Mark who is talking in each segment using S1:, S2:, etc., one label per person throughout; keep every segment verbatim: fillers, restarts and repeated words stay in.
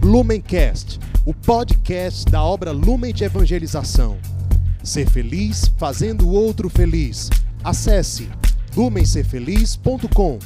S1: Lumencast, o podcast da obra Lumen de Evangelização. Ser feliz fazendo o outro feliz. Acesse lumen ser feliz ponto com.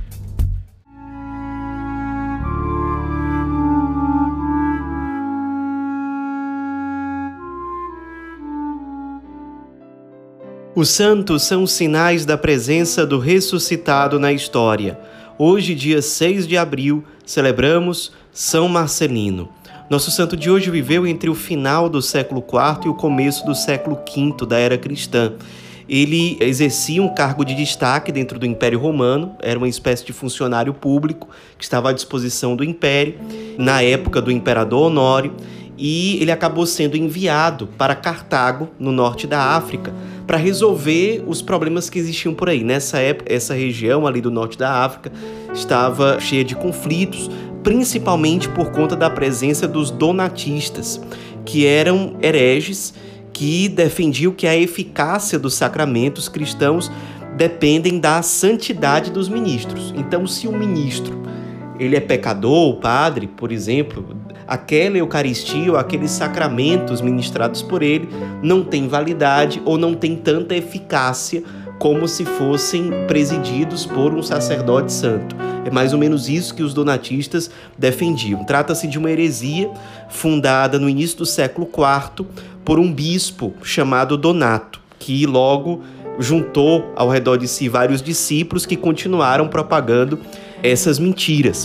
S2: Os santos são sinais da presença do ressuscitado na história. Hoje, dia seis de abril, celebramos São Marcelino. Nosso santo de hoje viveu entre o final do século quarto e o começo do século quinto da era cristã. Ele exercia um cargo de destaque dentro do Império Romano, era uma espécie de funcionário público que estava à disposição do Império, na época do imperador Honório, e ele acabou sendo enviado para Cartago, no norte da África, para resolver os problemas que existiam por aí. Nessa época, essa região ali do norte da África estava cheia de conflitos, principalmente por conta da presença dos donatistas, que eram hereges que defendiam que a eficácia dos sacramentos cristãos dependem da santidade dos ministros. Então, se o ministro ele é pecador, o padre, por exemplo, aquela Eucaristia ou aqueles sacramentos ministrados por ele não têm validade ou não têm tanta eficácia como se fossem presididos por um sacerdote santo. É mais ou menos isso que os donatistas defendiam. Trata-se de uma heresia fundada no início do século quarto por um bispo chamado Donato, que logo juntou ao redor de si vários discípulos que continuaram propagando essas mentiras.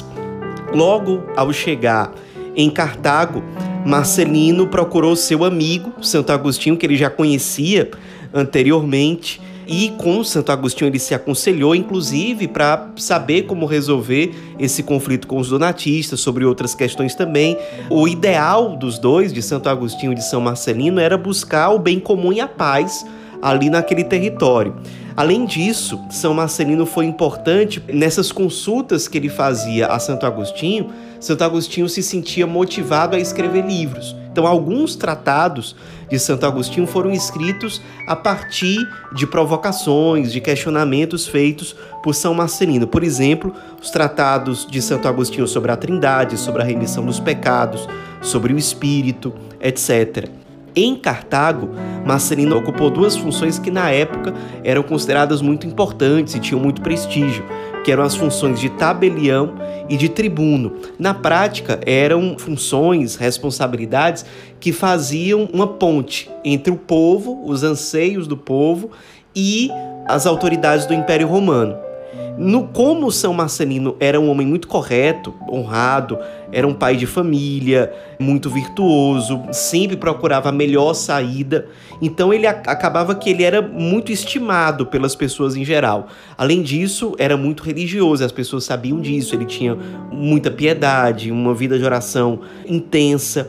S2: Logo ao chegar em Cartago, Marcelino procurou seu amigo, Santo Agostinho, que ele já conhecia anteriormente, e com Santo Agostinho ele se aconselhou, inclusive, para saber como resolver esse conflito com os donatistas, sobre outras questões também. O ideal dos dois, de Santo Agostinho e de São Marcelino, era buscar o bem comum e a paz ali naquele território. Além disso, São Marcelino foi importante nessas consultas que ele fazia a Santo Agostinho. Santo Agostinho se sentia motivado a escrever livros. Então, alguns tratados de Santo Agostinho foram escritos a partir de provocações, de questionamentos feitos por São Marcelino. Por exemplo, os tratados de Santo Agostinho sobre a Trindade, sobre a remissão dos pecados, sobre o Espírito, etcétera. Em Cartago, Marcelino ocupou duas funções que na época eram consideradas muito importantes e tinham muito prestígio, que eram as funções de tabelião e de tribuno. Na prática, eram funções, responsabilidades que faziam uma ponte entre o povo, os anseios do povo e as autoridades do Império Romano. No, como São Marcelino era um homem muito correto, honrado, era um pai de família, muito virtuoso, sempre procurava a melhor saída, então ele acabava que ele era muito estimado pelas pessoas em geral. Além disso, era muito religioso, as pessoas sabiam disso, ele tinha muita piedade, uma vida de oração intensa.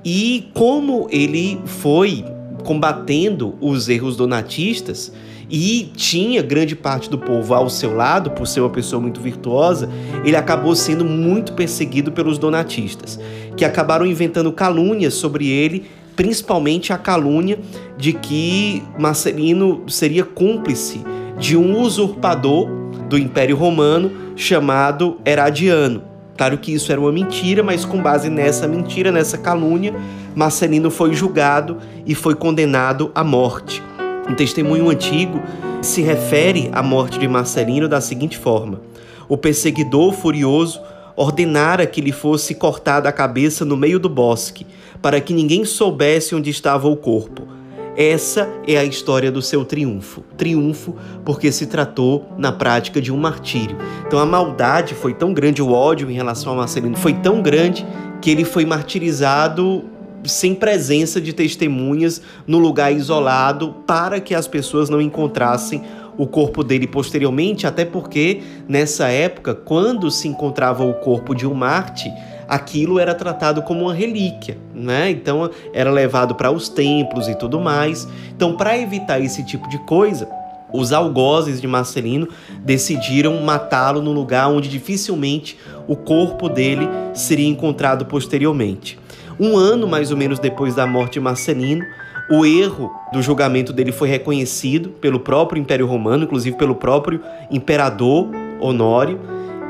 S2: E como ele foi combatendo os erros donatistas, e tinha grande parte do povo ao seu lado, por ser uma pessoa muito virtuosa, ele acabou sendo muito perseguido pelos donatistas, que acabaram inventando calúnias sobre ele, principalmente a calúnia de que Marcelino seria cúmplice de um usurpador do Império Romano chamado Heradiano. Claro que isso era uma mentira, mas com base nessa mentira, nessa calúnia, Marcelino foi julgado e foi condenado à morte. Um testemunho antigo se refere à morte de Marcelino da seguinte forma: o perseguidor furioso ordenara que lhe fosse cortada a cabeça no meio do bosque, para que ninguém soubesse onde estava o corpo. Essa é a história do seu triunfo. Triunfo porque se tratou, na prática, de um martírio. Então a maldade foi tão grande, o ódio em relação a Marcelino foi tão grande, que ele foi martirizado sem presença de testemunhas, no lugar isolado, para que as pessoas não encontrassem o corpo dele posteriormente, até porque nessa época, quando se encontrava o corpo de um mártir, aquilo era tratado como uma relíquia, né? Então era levado para os templos e tudo mais. Então, para evitar esse tipo de coisa, os algozes de Marcelino decidiram matá-lo no lugar onde dificilmente o corpo dele seria encontrado posteriormente. Um ano mais ou menos depois da morte de Marcelino, o erro do julgamento dele foi reconhecido pelo próprio Império Romano, inclusive pelo próprio imperador Honório,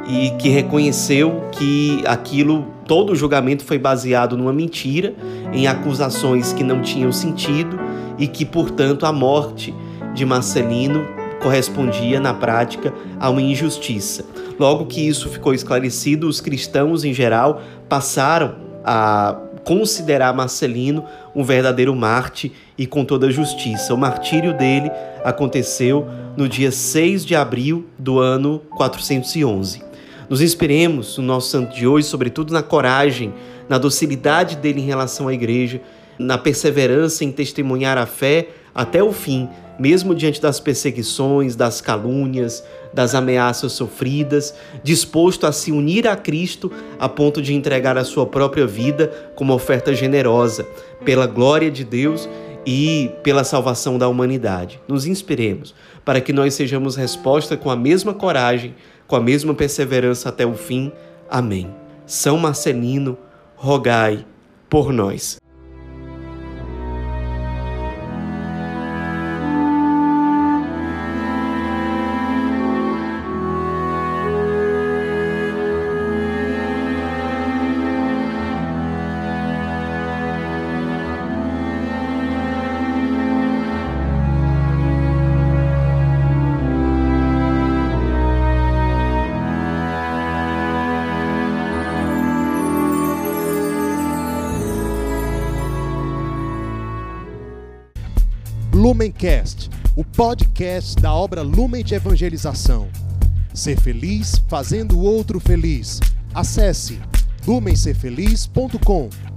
S2: e que reconheceu que aquilo, todo o julgamento foi baseado numa mentira, em acusações que não tinham sentido e que, portanto, a morte de Marcelino correspondia, na prática, a uma injustiça. Logo que isso ficou esclarecido, os cristãos, em geral, passaram a considerar Marcelino um verdadeiro mártir e com toda a justiça. O martírio dele aconteceu no dia seis de abril do ano quatrocentos e onze. Nos inspiremos no nosso santo de hoje, sobretudo na coragem, na docilidade dele em relação à igreja, na perseverança em testemunhar a fé até o fim, mesmo diante das perseguições, das calúnias, das ameaças sofridas, disposto a se unir a Cristo a ponto de entregar a sua própria vida como oferta generosa, pela glória de Deus e pela salvação da humanidade. Nos inspiremos para que nós sejamos resposta com a mesma coragem, com a mesma perseverança até o fim. Amém. São Marcelino, rogai por nós.
S1: Lumencast, o podcast da obra Lumen de Evangelização. Ser feliz fazendo o outro feliz. Acesse lumen ser feliz ponto com.